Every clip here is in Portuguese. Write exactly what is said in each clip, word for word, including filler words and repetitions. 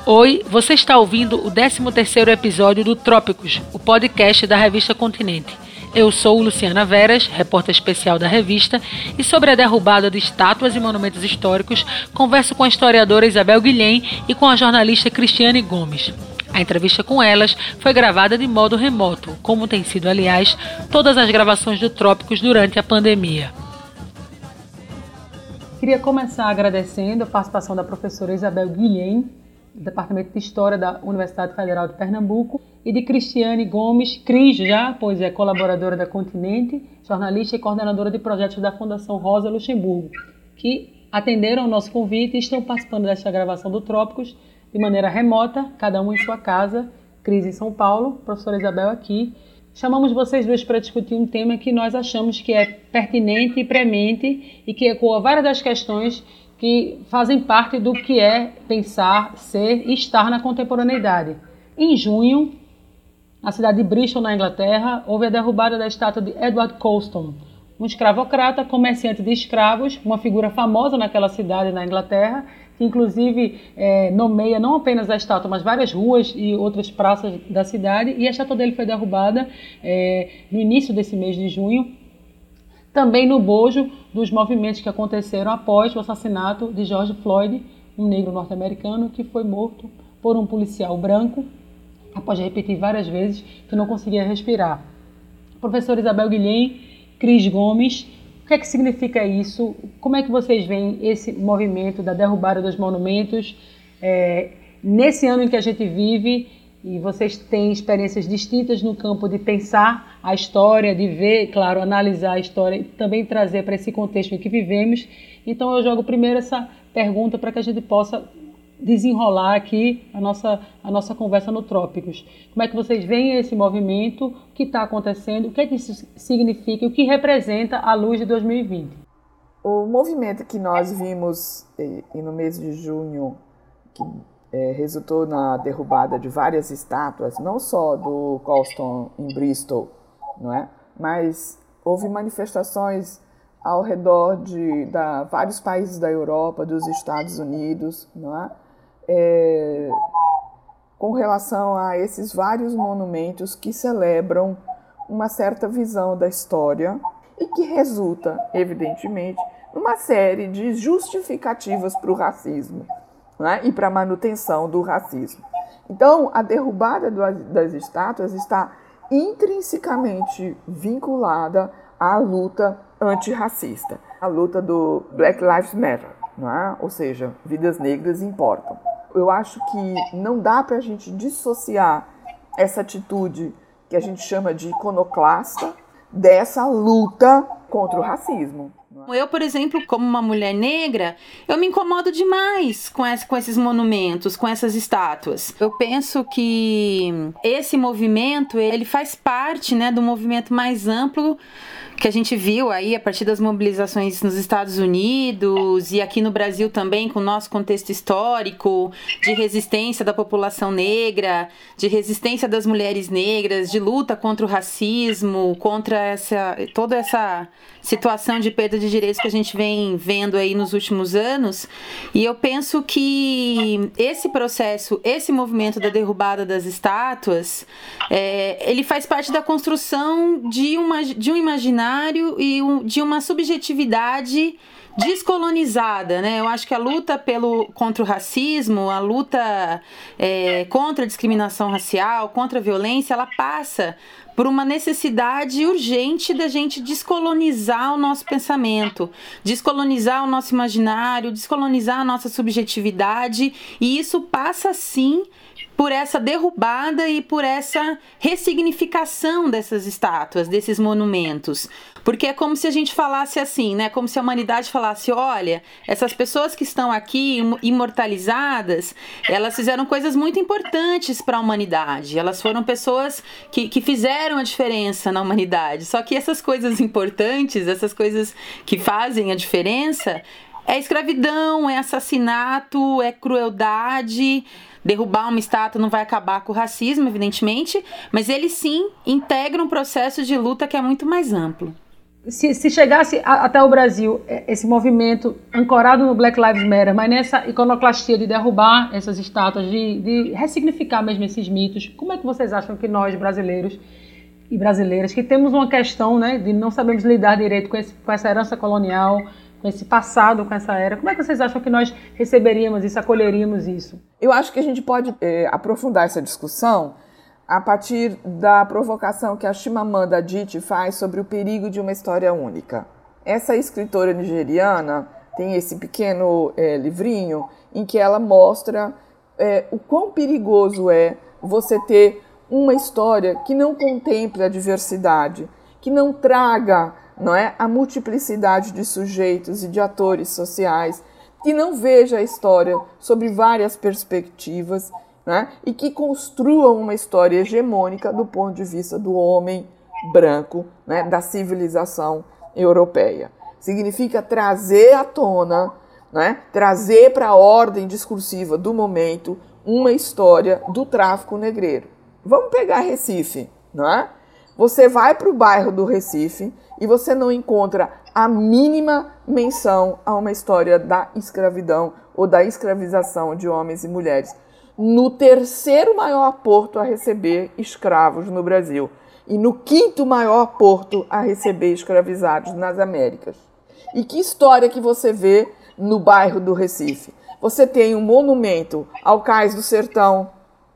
Oi, você está ouvindo o décimo terceiro episódio do Trópicos, o podcast da revista Continente. Eu sou Luciana Veras, repórter especial da revista, e sobre a derrubada de estátuas e monumentos históricos, converso com a historiadora Isabel Guilhem e com a jornalista Cristiane Gomes. A entrevista com elas foi gravada de modo remoto, como tem sido, aliás, todas as gravações do Trópicos durante a pandemia. Queria começar agradecendo a participação da professora Isabel Guilhem, do Departamento de História da Universidade Federal de Pernambuco, e de Cristiane Gomes, Cris já, pois é colaboradora da Continente, jornalista e coordenadora de projetos da Fundação Rosa Luxemburgo, que atenderam ao nosso convite e estão participando desta gravação do Trópicos de maneira remota, cada um em sua casa, Cris em São Paulo, professora Isabel aqui. Chamamos vocês dois para discutir um tema que nós achamos que é pertinente e premente e que ecoa várias das questões que fazem parte do que é pensar, ser e estar na contemporaneidade. Em junho, na cidade de Bristol, na Inglaterra, houve a derrubada da estátua de Edward Colston, um escravocrata, comerciante de escravos, uma figura famosa naquela cidade na Inglaterra, que inclusive é, nomeia não apenas a estátua, mas várias ruas e outras praças da cidade, e a estátua dele foi derrubada é, no início desse mês de junho, também no bojo dos movimentos que aconteceram após o assassinato de George Floyd, um negro norte-americano que foi morto por um policial branco, após repetir várias vezes que não conseguia respirar. Professora Isabel Guilhem, Cris Gomes, o que é que significa isso? Como é que vocês veem esse movimento da derrubada dos monumentos é, nesse ano em que a gente vive? E vocês têm experiências distintas no campo de pensar a história, de ver, claro, analisar a história e também trazer para esse contexto em que vivemos. Então eu jogo primeiro essa pergunta para que a gente possa desenrolar aqui a nossa, a nossa conversa no Trópicos. Como é que vocês veem esse movimento, o que está acontecendo, o que é que isso significa, o que representa à luz de dois mil e vinte? O movimento que nós vimos e, e no mês de junho, que é, resultou na derrubada de várias estátuas, não só do Colston em Bristol, não é? Mas houve manifestações ao redor de da, vários países da Europa, dos Estados Unidos, não é? É, com relação a esses vários monumentos que celebram uma certa visão da história e que resulta, evidentemente, numa série de justificativas para o racismo, né, e para a manutenção do racismo. Então, a derrubada do, das estátuas está intrinsecamente vinculada à luta antirracista, à luta do Black Lives Matter, não é? Ou seja, vidas negras importam. Eu acho que não dá para a gente dissociar essa atitude que a gente chama de iconoclasta dessa luta contra o racismo. Eu, por exemplo, como uma mulher negra, eu me incomodo demais com, esse, com esses monumentos, com essas estátuas. Eu penso que esse movimento, ele faz parte, né, do movimento mais amplo que a gente viu aí a partir das mobilizações nos Estados Unidos e aqui no Brasil também, com o nosso contexto histórico de resistência da população negra, de resistência das mulheres negras, de luta contra o racismo, contra essa, toda essa situação de perda de direitos que a gente vem vendo aí nos últimos anos. E eu penso que esse processo, esse movimento da derrubada das estátuas, é, ele faz parte da construção de, uma, de um imaginário e um, de uma subjetividade descolonizada, né? Eu acho que a luta pelo, contra o racismo, a luta é, contra a discriminação racial, contra a violência, ela passa por uma necessidade urgente da gente descolonizar o nosso pensamento, descolonizar o nosso imaginário, descolonizar a nossa subjetividade, e isso passa, sim, por essa derrubada e por essa ressignificação dessas estátuas, desses monumentos. Porque é como se a gente falasse assim, né? Como se a humanidade falasse, olha, essas pessoas que estão aqui imortalizadas, elas fizeram coisas muito importantes para a humanidade. Elas foram pessoas que, que fizeram a diferença na humanidade. Só que essas coisas importantes, essas coisas que fazem a diferença, é escravidão, é assassinato, é crueldade. Derrubar uma estátua não vai acabar com o racismo, evidentemente, mas ele sim integra um processo de luta que é muito mais amplo. Se, se chegasse a, até o Brasil esse movimento ancorado no Black Lives Matter, mas nessa iconoclastia de derrubar essas estátuas, de, de ressignificar mesmo esses mitos, como é que vocês acham que nós, brasileiros e brasileiras, que temos uma questão, né, de não sabemos lidar direito com, esse, com essa herança colonial, com esse passado, com essa era, como é que vocês acham que nós receberíamos isso, acolheríamos isso? Eu acho que a gente pode é, aprofundar essa discussão a partir da provocação que a Chimamanda Adichie faz sobre o perigo de uma história única. Essa escritora nigeriana tem esse pequeno é, livrinho em que ela mostra é, o quão perigoso é você ter uma história que não contemple a diversidade, que não traga, não é, a multiplicidade de sujeitos e de atores sociais, que não veja a história sobre várias perspectivas, né, e que construam uma história hegemônica do ponto de vista do homem branco, né, da civilização europeia. Significa trazer à tona, né, trazer para a ordem discursiva do momento uma história do tráfico negreiro. Vamos pegar Recife, não é? Você vai para o bairro do Recife e você não encontra a mínima menção a uma história da escravidão ou da escravização de homens e mulheres. No terceiro maior porto a receber escravos no Brasil e no quinto maior porto a receber escravizados nas Américas. E que história que você vê no bairro do Recife? Você tem um monumento ao Cais do Sertão,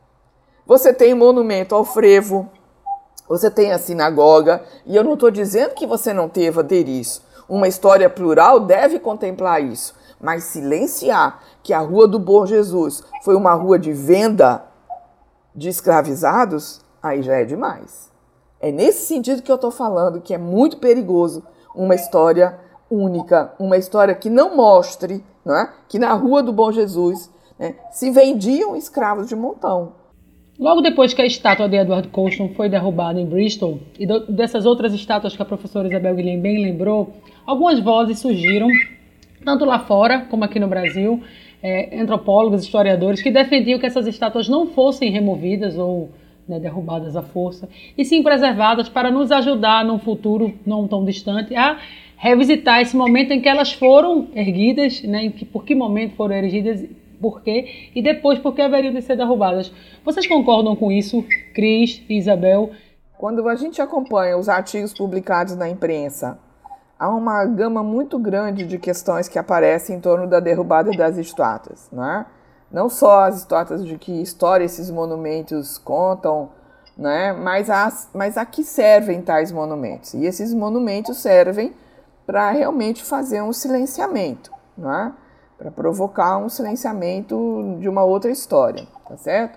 você tem um monumento ao frevo, você tem a sinagoga, e eu não estou dizendo que você não deva ter isso. Uma história plural deve contemplar isso, mas silenciar que a Rua do Bom Jesus foi uma rua de venda de escravizados, aí já é demais. É nesse sentido que eu estou falando que é muito perigoso uma história única, uma história que não mostre, não é, que na Rua do Bom Jesus, né, se vendiam escravos de montão. Logo depois que a estátua de Edward Colston foi derrubada em Bristol, e do, dessas outras estátuas que a professora Isabel Guilhem bem lembrou, algumas vozes surgiram, tanto lá fora como aqui no Brasil, é, antropólogos, historiadores, que defendiam que essas estátuas não fossem removidas ou, né, derrubadas à força, e sim preservadas para nos ajudar num futuro não tão distante a revisitar esse momento em que elas foram erguidas, né, em que, por que momento foram erigidas, por quê, e depois por que haveriam de ser derrubadas. Vocês concordam com isso, Cris e Isabel? Quando a gente acompanha os artigos publicados na imprensa, há uma gama muito grande de questões que aparecem em torno da derrubada das estátuas, né? Não só as estátuas de que história esses monumentos contam, né? mas, as, mas a que servem tais monumentos. E esses monumentos servem para realmente fazer um silenciamento, né? Para provocar um silenciamento de uma outra história, tá certo?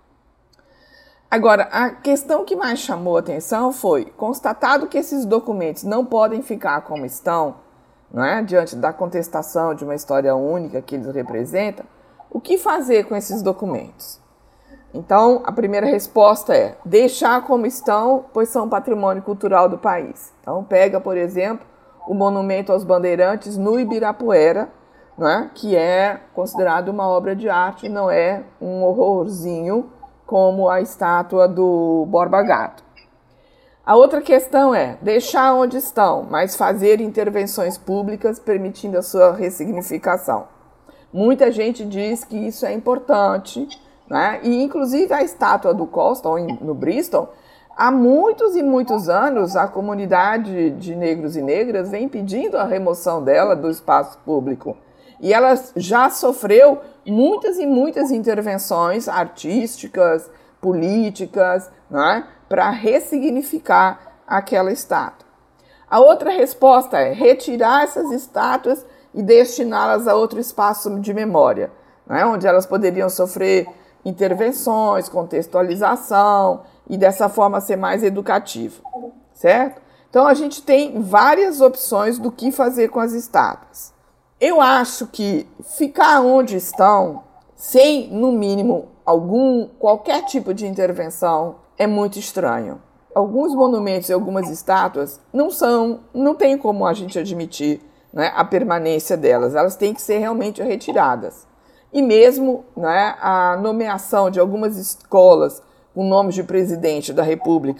Agora, a questão que mais chamou a atenção foi, constatado que esses documentos não podem ficar como estão, não é? Diante da contestação de uma história única que eles representam, o que fazer com esses documentos? Então, a primeira resposta é deixar como estão, pois são patrimônio cultural do país. Então, pega, por exemplo, o Monumento aos Bandeirantes no Ibirapuera, não é? Que é considerado uma obra de arte, não é um horrorzinho como a estátua do Borba Gato. A outra questão é deixar onde estão, mas fazer intervenções públicas permitindo a sua ressignificação. Muita gente diz que isso é importante, né? E inclusive a estátua do Colston no Bristol, há muitos e muitos anos a comunidade de negros e negras vem pedindo a remoção dela do espaço público. E ela já sofreu muitas e muitas intervenções artísticas, políticas, né, para ressignificar aquela estátua. A outra resposta é retirar essas estátuas e destiná-las a outro espaço de memória, né, onde elas poderiam sofrer intervenções, contextualização e dessa forma ser mais educativo, certo? Então a gente tem várias opções do que fazer com as estátuas. Eu acho que ficar onde estão, sem, no mínimo, algum, qualquer tipo de intervenção, é muito estranho. Alguns monumentos e algumas estátuas não são, não tem como a gente admitir, né, a permanência delas. Elas têm que ser realmente retiradas. E mesmo, né, a nomeação de algumas escolas com nomes de presidente da República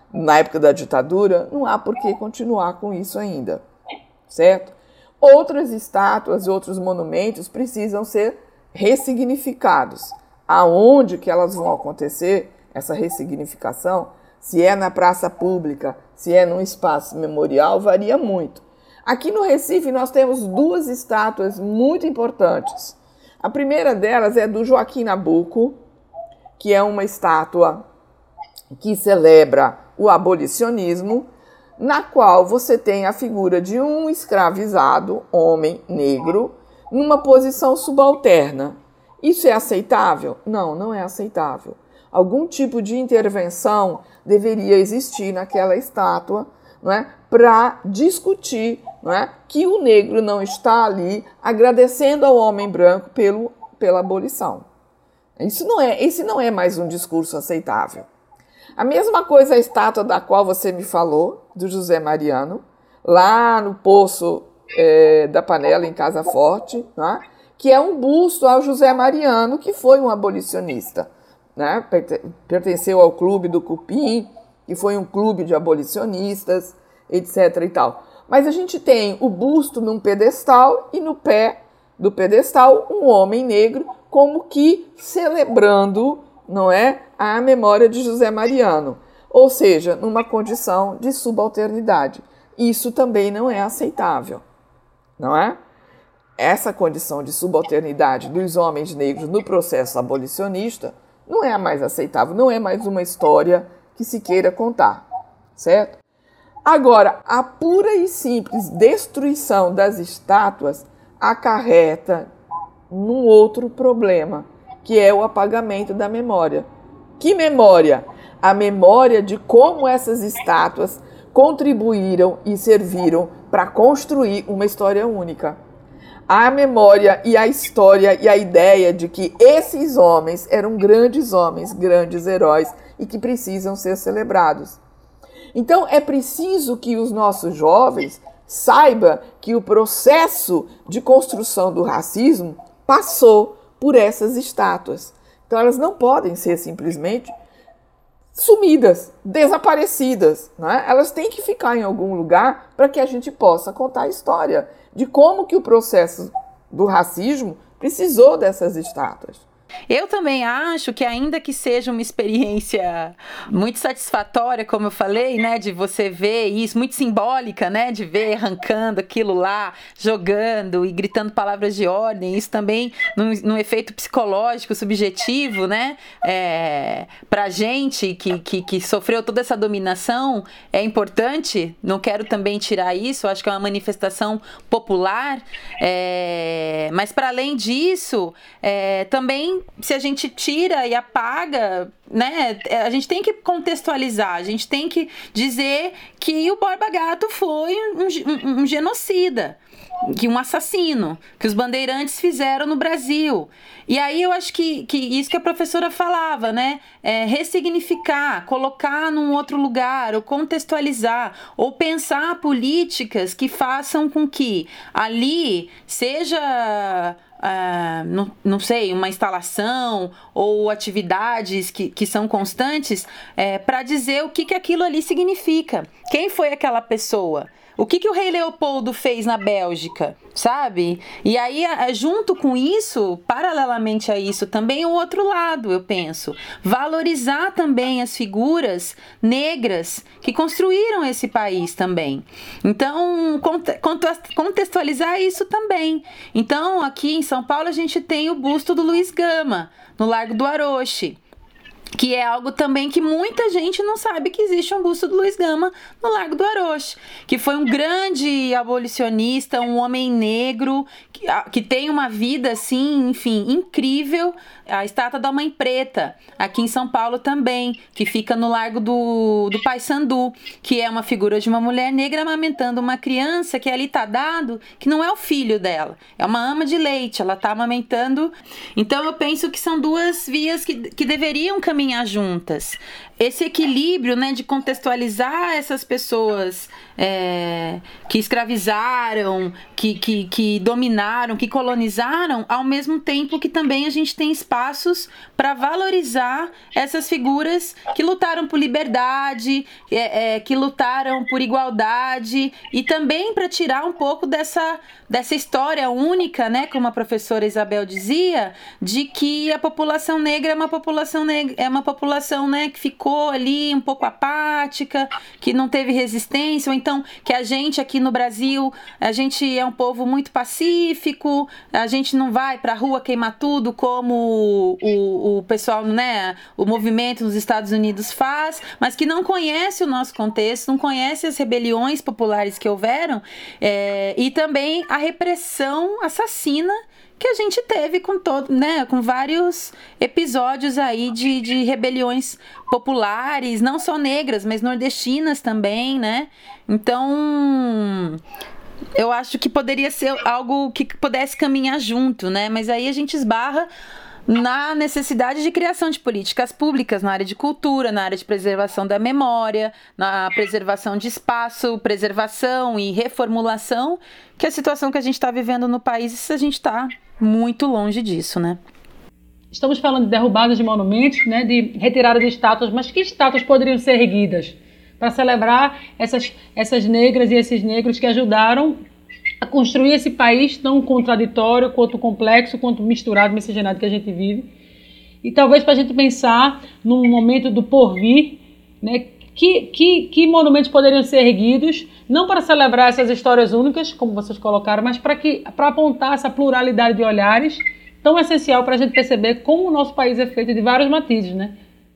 na época da ditadura, não há por que continuar com isso ainda, certo? Outras estátuas e outros monumentos precisam ser ressignificados. Aonde que elas vão acontecer, essa ressignificação, se é na praça pública, se é num espaço memorial, varia muito. Aqui no Recife nós temos duas estátuas muito importantes. A primeira delas é do Joaquim Nabuco, que é uma estátua que celebra o abolicionismo, na qual você tem a figura de um escravizado, homem negro, numa posição subalterna. Isso é aceitável? Não, não é aceitável. Algum tipo de intervenção deveria existir naquela estátua, não é, para discutir, não é, que o negro não está ali agradecendo ao homem branco pelo, pela abolição. Isso não é, esse não é mais um discurso aceitável. A mesma coisa a estátua da qual você me falou, do José Mariano, lá no Poço é, da Panela, em Casa Forte, né, que é um busto ao José Mariano, que foi um abolicionista. Né, pertenceu ao Clube do Cupim, que foi um clube de abolicionistas, etc e tal. Mas a gente tem o busto num pedestal e no pé do pedestal um homem negro, como que celebrando, não é, a memória de José Mariano, ou seja, numa condição de subalternidade. Isso também não é aceitável, não é? Essa condição de subalternidade dos homens negros no processo abolicionista não é a mais aceitável, não é mais uma história que se queira contar, certo? Agora, a pura e simples destruição das estátuas acarreta num outro problema, que é o apagamento da memória. Que memória? A memória de como essas estátuas contribuíram e serviram para construir uma história única. A memória e a história e a ideia de que esses homens eram grandes homens, grandes heróis e que precisam ser celebrados. Então, é preciso que os nossos jovens saibam que o processo de construção do racismo passou por essas estátuas. Então, elas não podem ser simplesmente sumidas, desaparecidas, né? Elas têm que ficar em algum lugar para que a gente possa contar a história de como que o processo do racismo precisou dessas estátuas. Eu também acho que, ainda que seja uma experiência muito satisfatória, como eu falei, né, de você ver isso, muito simbólica, né, de ver arrancando aquilo lá, jogando e gritando palavras de ordem, isso também num, num efeito psicológico, subjetivo, né, é, pra gente que, que, que sofreu toda essa dominação, é importante, não quero também tirar isso, acho que é uma manifestação popular, é, mas para além disso, é, também se a gente tira e apaga, né, a gente tem que contextualizar, a gente tem que dizer que o Borba Gato foi um, um, um genocida, que um assassino, que os bandeirantes fizeram no Brasil. E aí eu acho que, que isso que a professora falava, né, é ressignificar, colocar num outro lugar, ou contextualizar, ou pensar políticas que façam com que ali seja... Uh, não, não sei, uma instalação ou atividades que, que são constantes é, para dizer o que, que aquilo ali significa. Quem foi aquela pessoa? O que, que o rei Leopoldo fez na Bélgica, sabe? E aí, junto com isso, paralelamente a isso, também o outro lado, eu penso. Valorizar também as figuras negras que construíram esse país também. Então, contextualizar isso também. Então, aqui em São Paulo, a gente tem o busto do Luiz Gama, no Largo do Aroche, que é algo também que muita gente não sabe, que existe um busto do Luiz Gama no Largo do Aroche, que foi um grande abolicionista, um homem negro, que, que tem uma vida, assim, enfim, incrível. A estátua da Mãe Preta, aqui em São Paulo também, que fica no Largo do, do Paissandu, que é uma figura de uma mulher negra amamentando uma criança, que ali está dado que não é o filho dela, é uma ama de leite, ela está amamentando. Então eu penso que são duas vias que, que deveriam caminhar caminhar juntas. Esse equilíbrio, né, de contextualizar essas pessoas é, que escravizaram, que, que, que dominaram, que colonizaram, ao mesmo tempo que também a gente tem espaços para valorizar essas figuras que lutaram por liberdade, é, é, que lutaram por igualdade, e também para tirar um pouco dessa, dessa história única, né, como a professora Isabel dizia, de que a população negra é uma população, negra, é uma população, né, que ficou ali um pouco apática, que não teve resistência, ou então que a gente aqui no Brasil, a gente é um povo muito pacífico, a gente não vai pra rua queimar tudo como o, o pessoal, né, o movimento nos Estados Unidos faz, mas que não conhece o nosso contexto, não conhece as rebeliões populares que houveram, é, e também a repressão assassina que a gente teve com todo, né, com vários episódios aí de, de rebeliões populares, não só negras, mas nordestinas também, né? Então, eu acho que poderia ser algo que pudesse caminhar junto, né? Mas aí a gente esbarra na necessidade de criação de políticas públicas na área de cultura, na área de preservação da memória, na preservação de espaço, preservação e reformulação, que é a situação que a gente está vivendo no país, a gente está muito longe disso, né? Estamos falando de derrubadas de monumentos, né, de retirada de estátuas, mas que estátuas poderiam ser erguidas para celebrar essas, essas negras e esses negros que ajudaram a construir esse país tão contraditório, quanto complexo, quanto misturado, miscigenado que a gente vive. E talvez para a gente pensar num momento do porvir, né, que, que, que monumentos poderiam ser erguidos, não para celebrar essas histórias únicas, como vocês colocaram, mas para que, para apontar essa pluralidade de olhares tão essencial para a gente perceber como o nosso país é feito de vários matizes, né?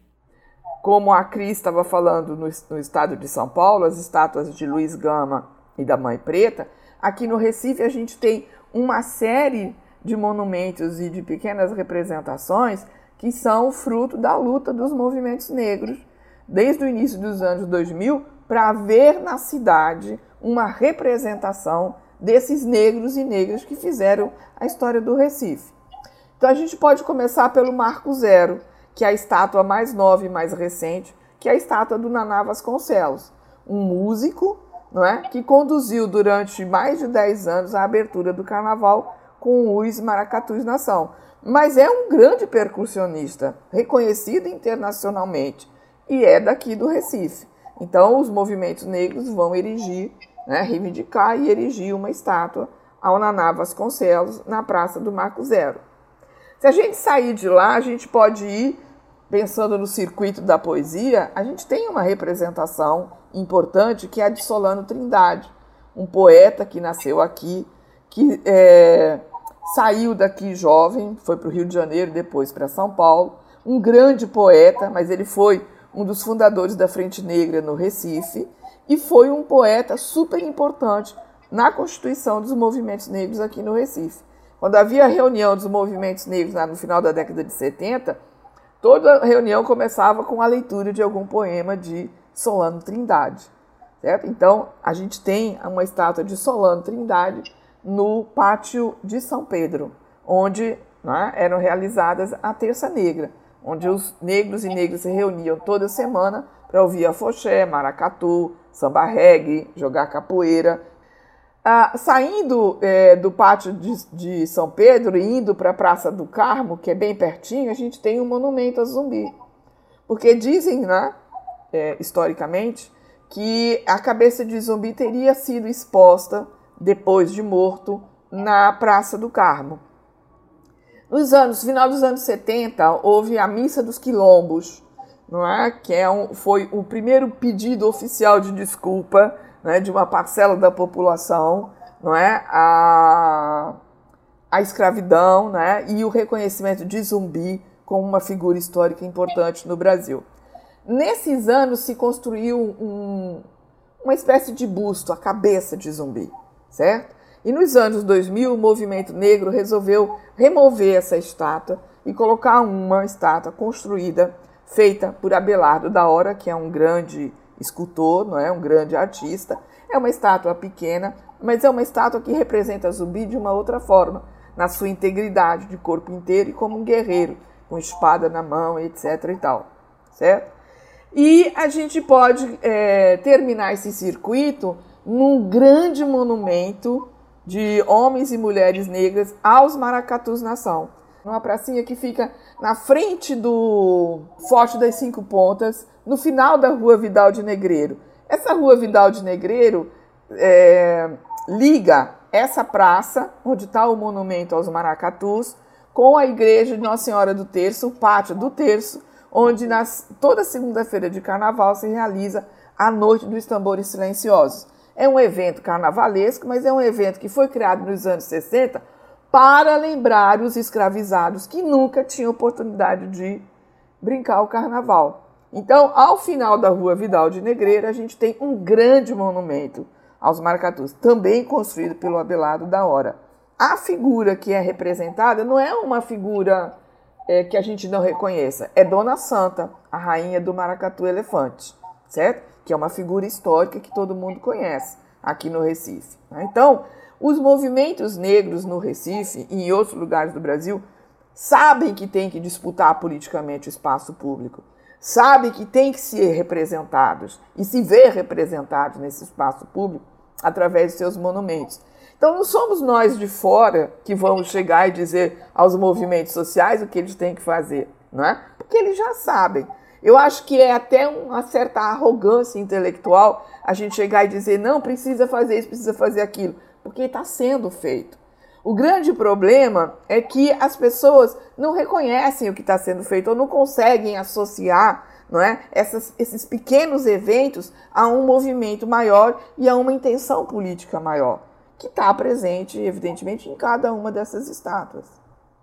Como a Cris estava falando no, no estado de São Paulo, as estátuas de Luiz Gama e da Mãe Preta, aqui no Recife a gente tem uma série de monumentos e de pequenas representações que são fruto da luta dos movimentos negros desde o início dos anos dois mil para haver na cidade uma representação desses negros e negras que fizeram a história do Recife. Então a gente pode começar pelo Marco Zero, que é a estátua mais nova e mais recente, que é a estátua do Naná Vasconcelos, um músico, não é, que conduziu durante mais de dez anos a abertura do carnaval com os Maracatus Nação. Mas é um grande percussionista, reconhecido internacionalmente, e é daqui do Recife. Então os movimentos negros vão erigir, né, reivindicar e erigir uma estátua ao Naná Vasconcelos na Praça do Marco Zero. Se a gente sair de lá, a gente pode ir, pensando no circuito da poesia, a gente tem uma representação importante que é a de Solano Trindade, um poeta que nasceu aqui, que é, saiu daqui jovem, foi para o Rio de Janeiro, depois para São Paulo, um grande poeta, mas ele foi um dos fundadores da Frente Negra no Recife e foi um poeta super importante na constituição dos movimentos negros aqui no Recife. Quando havia a reunião dos movimentos negros no final da década de setenta, toda reunião começava com a leitura de algum poema de Solano Trindade, certo? Então, a gente tem uma estátua de Solano Trindade no pátio de São Pedro, onde, né, eram realizadas a Terça Negra, onde os negros e negras se reuniam toda semana para ouvir afoxé, maracatu, samba reggae, jogar capoeira. Ah, saindo é, do pátio de, de São Pedro e indo para a Praça do Carmo, que é bem pertinho, a gente tem um monumento a Zumbi. Porque dizem, né, é, historicamente, que a cabeça de Zumbi teria sido exposta, depois de morto, na Praça do Carmo. Nos anos, final dos anos setenta, houve a Missa dos Quilombos, não é? Que é um, foi o primeiro pedido oficial de desculpa, né, de uma parcela da população, não é, a, a escravidão, né, e o reconhecimento de Zumbi como uma figura histórica importante no Brasil. Nesses anos se construiu um, uma espécie de busto, a cabeça de Zumbi, certo? E nos anos dois mil o movimento negro resolveu remover essa estátua e colocar uma estátua construída, feita por Abelardo da Hora, que é um grande escultor, não é? Um grande artista. É uma estátua pequena, mas é uma estátua que representa Zumbi de uma outra forma, na sua integridade de corpo inteiro e como um guerreiro. com espada na mão, etc e tal, certo? E a gente pode é, terminar esse circuito num grande monumento de homens e mulheres negras aos maracatus nação. Numa pracinha que fica na frente do Forte das Cinco Pontas, no final da Rua Vidal de Negreiro. Essa Rua Vidal de Negreiro é, liga essa praça, onde está o monumento aos maracatus, com a igreja de Nossa Senhora do Terço, o pátio do Terço, onde nas, toda segunda-feira de carnaval se realiza a Noite dos Tambores Silenciosos. É um evento carnavalesco, mas é um evento que foi criado nos anos sessenta para lembrar os escravizados que nunca tinham oportunidade de brincar o carnaval. Então, ao final da Rua Vidal de Negreiro, a gente tem um grande monumento aos maracatus, também construído pelo Abelardo da Hora. A figura que é representada não é uma figura é, que a gente não reconheça, é Dona Santa, a rainha do maracatu elefante, certo? Que é uma figura histórica que todo mundo conhece aqui no Recife. Então, os movimentos negros no Recife e em outros lugares do Brasil sabem que tem que disputar politicamente o espaço público, sabem que tem que ser representados e se ver representados nesse espaço público através de seus monumentos. Então, não somos nós de fora que vamos chegar e dizer aos movimentos sociais o que eles têm que fazer, não é? Porque eles já sabem. Eu acho que é até uma certa arrogância intelectual a gente chegar e dizer não, precisa fazer isso, precisa fazer aquilo, porque está sendo feito. O grande problema é que as pessoas não reconhecem o que está sendo feito ou não conseguem associar, não é, Essas, esses pequenos eventos a um movimento maior e a uma intenção política maior, que está presente, evidentemente, em cada uma dessas estátuas.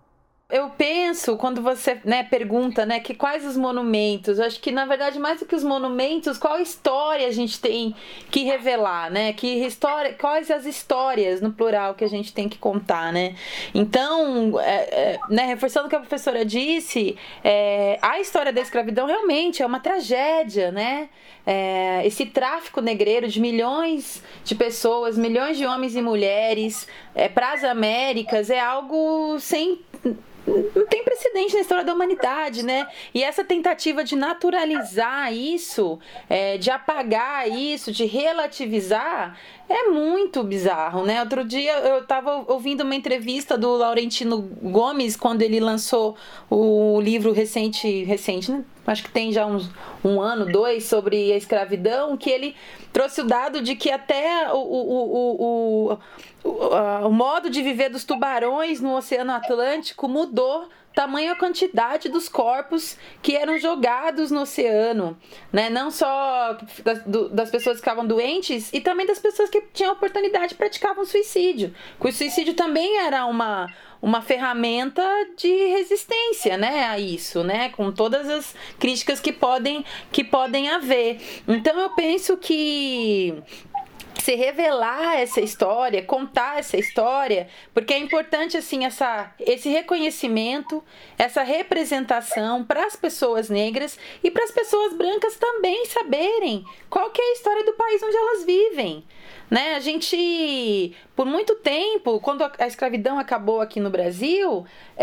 Eu penso, quando você, né, pergunta, né, que quais os monumentos, eu acho que, na verdade, mais do que os monumentos, qual história a gente tem que revelar, né? Que história, quais as histórias, no plural, que a gente tem que contar, né? Então, é, é, né, reforçando o que a professora disse, é, a história da escravidão realmente é uma tragédia, né? É, esse tráfico negreiro de milhões de pessoas, milhões de homens e mulheres é, para as Américas é algo sem... não tem precedente na história da humanidade, né? E essa tentativa de naturalizar isso, é, de apagar isso, de relativizar, é muito bizarro, né? Outro dia eu estava ouvindo uma entrevista do Laurentino Gomes, quando ele lançou o livro recente, recente, né? Acho que tem já uns, um ano, dois, sobre a escravidão, que ele trouxe o dado de que até o, o, o, o, o, o modo de viver dos tubarões no Oceano Atlântico mudou, tamanho a quantidade dos corpos que eram jogados no oceano, né? Não só das, do, das pessoas que ficavam doentes, e também das pessoas que tinham oportunidade e praticavam suicídio. Porque o suicídio também era uma, uma ferramenta de resistência, né, a isso, né? Com todas as críticas que podem, que podem haver. Então eu penso que se revelar essa história, contar essa história, porque é importante assim essa, esse reconhecimento, essa representação para as pessoas negras e para as pessoas brancas também saberem qual que é a história do país onde elas vivem. Né? A gente, por muito tempo, quando a escravidão acabou aqui no Brasil,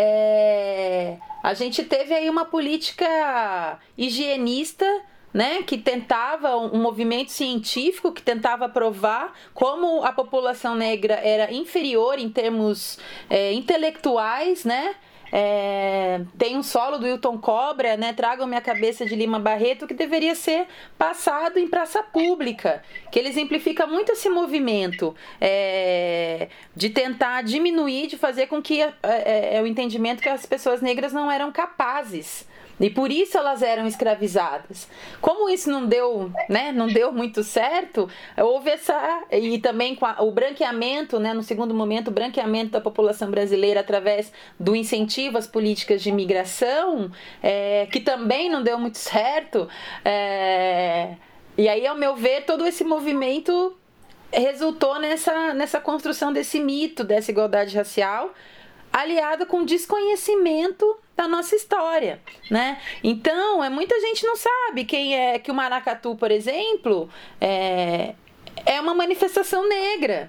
é, a gente teve aí uma política higienista, né, que tentava, um movimento científico que tentava provar como a população negra era inferior em termos é, intelectuais, né? É, tem um solo do Wilton Cobra, né, Tragam-me a Cabeça de Lima Barreto, que deveria ser passado em praça pública, que ele exemplifica muito esse movimento é, de tentar diminuir, de fazer com que é, é, é, o entendimento que as pessoas negras não eram capazes. E por isso elas eram escravizadas. Como isso não deu, né, não deu muito certo, houve essa... E também com a, o branqueamento, né, no segundo momento, o branqueamento da população brasileira através do incentivo às políticas de imigração, é, que também não deu muito certo. É, e aí, ao meu ver, todo esse movimento resultou nessa, nessa construção desse mito, dessa igualdade racial, aliada com desconhecimento da nossa história, né? Então, é, muita gente não sabe quem é, que o maracatu, por exemplo, é, é uma manifestação negra,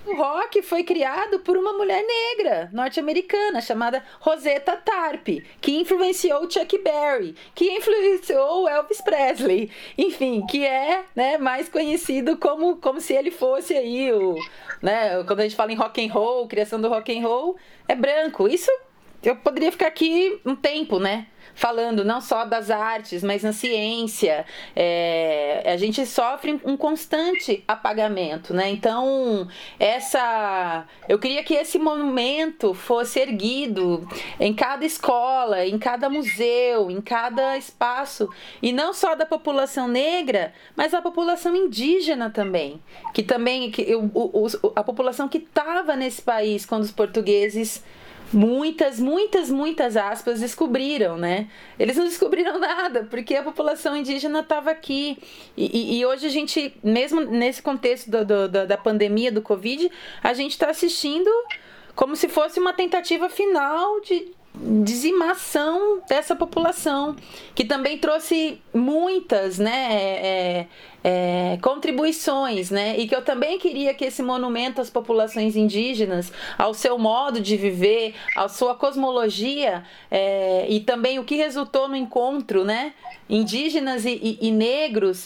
O rock foi criado por uma mulher negra, norte-americana, chamada Rosetta Tharpe, que influenciou Chuck Berry, que influenciou Elvis Presley, enfim, que é, né, mais conhecido como, como se ele fosse aí o, né, quando a gente fala em rock and roll, criação do rock and roll, é branco. Isso eu poderia ficar aqui um tempo, né? Falando não só das artes, mas na ciência, é, a gente sofre um constante apagamento, né? Então, essa, eu queria que esse monumento fosse erguido em cada escola, em cada museu, em cada espaço, e não só da população negra, mas da população indígena também, que também, que, o, o, a população que estava nesse país quando os portugueses muitas, muitas, muitas aspas, descobriram, né? Eles não descobriram nada, porque a população indígena estava aqui. E, e, e hoje a gente, mesmo nesse contexto do, do, da, da pandemia do Covid, a gente está assistindo como se fosse uma tentativa final de dizimação dessa população, que também trouxe muitas, né, é, é, contribuições, né, e que eu também queria que esse monumento às populações indígenas, ao seu modo de viver, à sua cosmologia, é, e também o que resultou no encontro, né, indígenas e, e, e negros,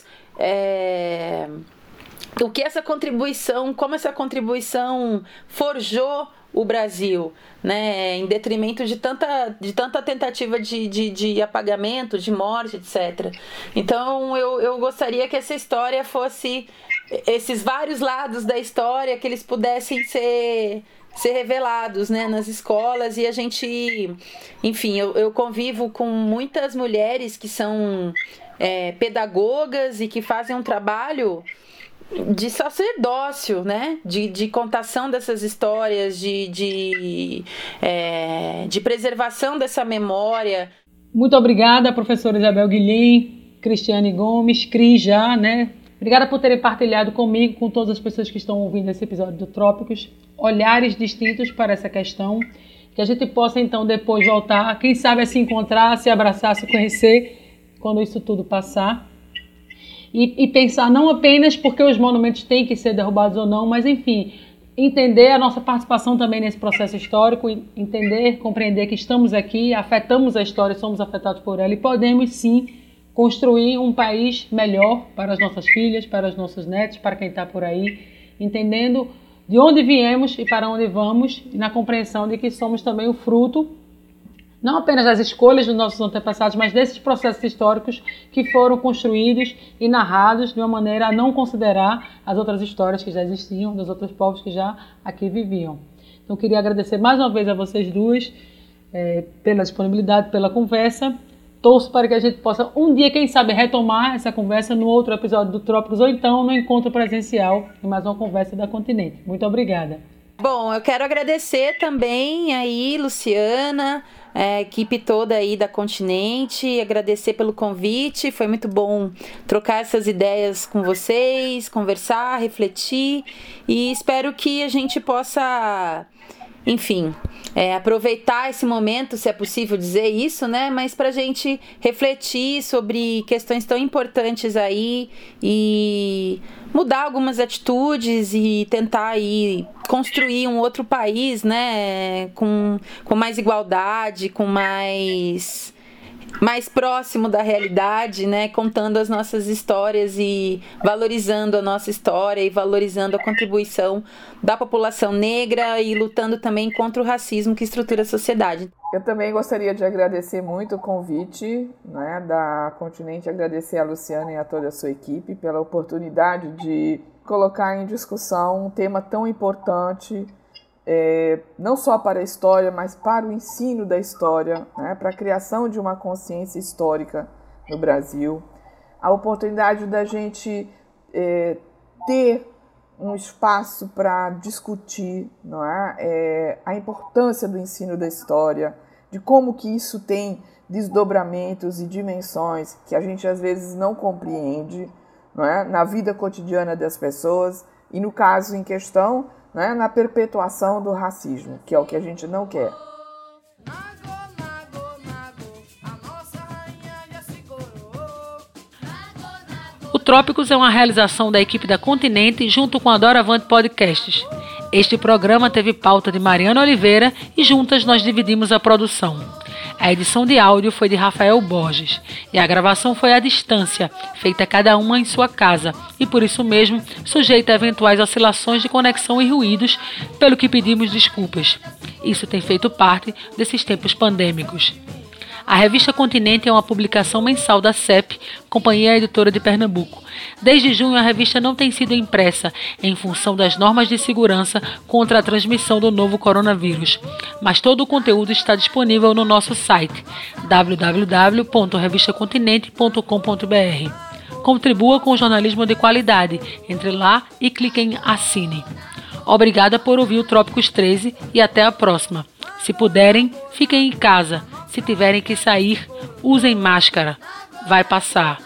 é, o que essa contribuição, como essa contribuição forjou o Brasil, né, em detrimento de tanta, de tanta tentativa de, de, de apagamento, de morte, etcétera. Então eu, eu gostaria que essa história fosse, esses vários lados da história, que eles pudessem ser, ser revelados, né, nas escolas. E a gente, enfim, eu, eu convivo com muitas mulheres que são é, pedagogas e que fazem um trabalho de sacerdócio, né? De, de contação dessas histórias, de, de, é, de preservação dessa memória. Muito obrigada, professora Isabel Guilhem, Cristiane Gomes, Cris já, né? Obrigada por terem partilhado comigo, com todas as pessoas que estão ouvindo esse episódio do Trópicos, olhares distintos para essa questão, que a gente possa então depois voltar, quem sabe a se encontrar, se abraçar, se conhecer, quando isso tudo passar. E, e pensar não apenas porque os monumentos têm que ser derrubados ou não, mas, enfim, entender a nossa participação também nesse processo histórico, entender, compreender que estamos aqui, afetamos a história, somos afetados por ela e podemos, sim, construir um país melhor para as nossas filhas, para os nossos netos, para quem está por aí, entendendo de onde viemos e para onde vamos, e na compreensão de que somos também o fruto não apenas das escolhas dos nossos antepassados, mas desses processos históricos que foram construídos e narrados de uma maneira a não considerar as outras histórias que já existiam, dos outros povos que já aqui viviam. Então, queria agradecer mais uma vez a vocês duas é, pela disponibilidade, pela conversa. Torço para que a gente possa um dia, quem sabe, retomar essa conversa no outro episódio do Trópicos ou então no encontro presencial em mais uma conversa da Continente. Muito obrigada. Bom, eu quero agradecer também aí, Luciana, a equipe toda aí da Continente, agradecer pelo convite, foi muito bom trocar essas ideias com vocês, conversar, refletir, e espero que a gente possa, enfim, é, aproveitar esse momento, se é possível dizer isso, né? Mas para a gente refletir sobre questões tão importantes aí e mudar algumas atitudes e tentar aí construir um outro país, né? Com, com mais igualdade, com mais... mais próximo da realidade, né, contando as nossas histórias e valorizando a nossa história e valorizando a contribuição da população negra e lutando também contra o racismo que estrutura a sociedade. Eu também gostaria de agradecer muito o convite, né, da Continente, agradecer a Luciana e a toda a sua equipe pela oportunidade de colocar em discussão um tema tão importante, É, não só para a história, mas para o ensino da história, né, para a criação de uma consciência histórica no Brasil. A oportunidade da gente é, ter um espaço para discutir, não é, é, a importância do ensino da história, de como que isso tem desdobramentos e dimensões que a gente às vezes não compreende, não é, na vida cotidiana das pessoas e no caso em questão, né, na perpetuação do racismo, que é o que a gente não quer. O Trópicos é uma realização da equipe da Continente junto com a Doravante Podcasts. Este programa teve pauta de Mariana Oliveira e juntas nós dividimos a produção. A edição de áudio foi de Rafael Borges e a gravação foi à distância, feita cada uma em sua casa e por isso mesmo sujeita a eventuais oscilações de conexão e ruídos, pelo que pedimos desculpas. Isso tem feito parte desses tempos pandêmicos. A revista Continente é uma publicação mensal da C E P, Companhia Editora de Pernambuco. Desde junho, a revista não tem sido impressa, em função das normas de segurança contra a transmissão do novo coronavírus. Mas todo o conteúdo está disponível no nosso site, w w w ponto revista continente ponto com ponto b r. Contribua com o jornalismo de qualidade. Entre lá e clique em Assine. Obrigada por ouvir o Trópicos treze e até a próxima. Se puderem, fiquem em casa. Se tiverem que sair, usem máscara. Vai passar.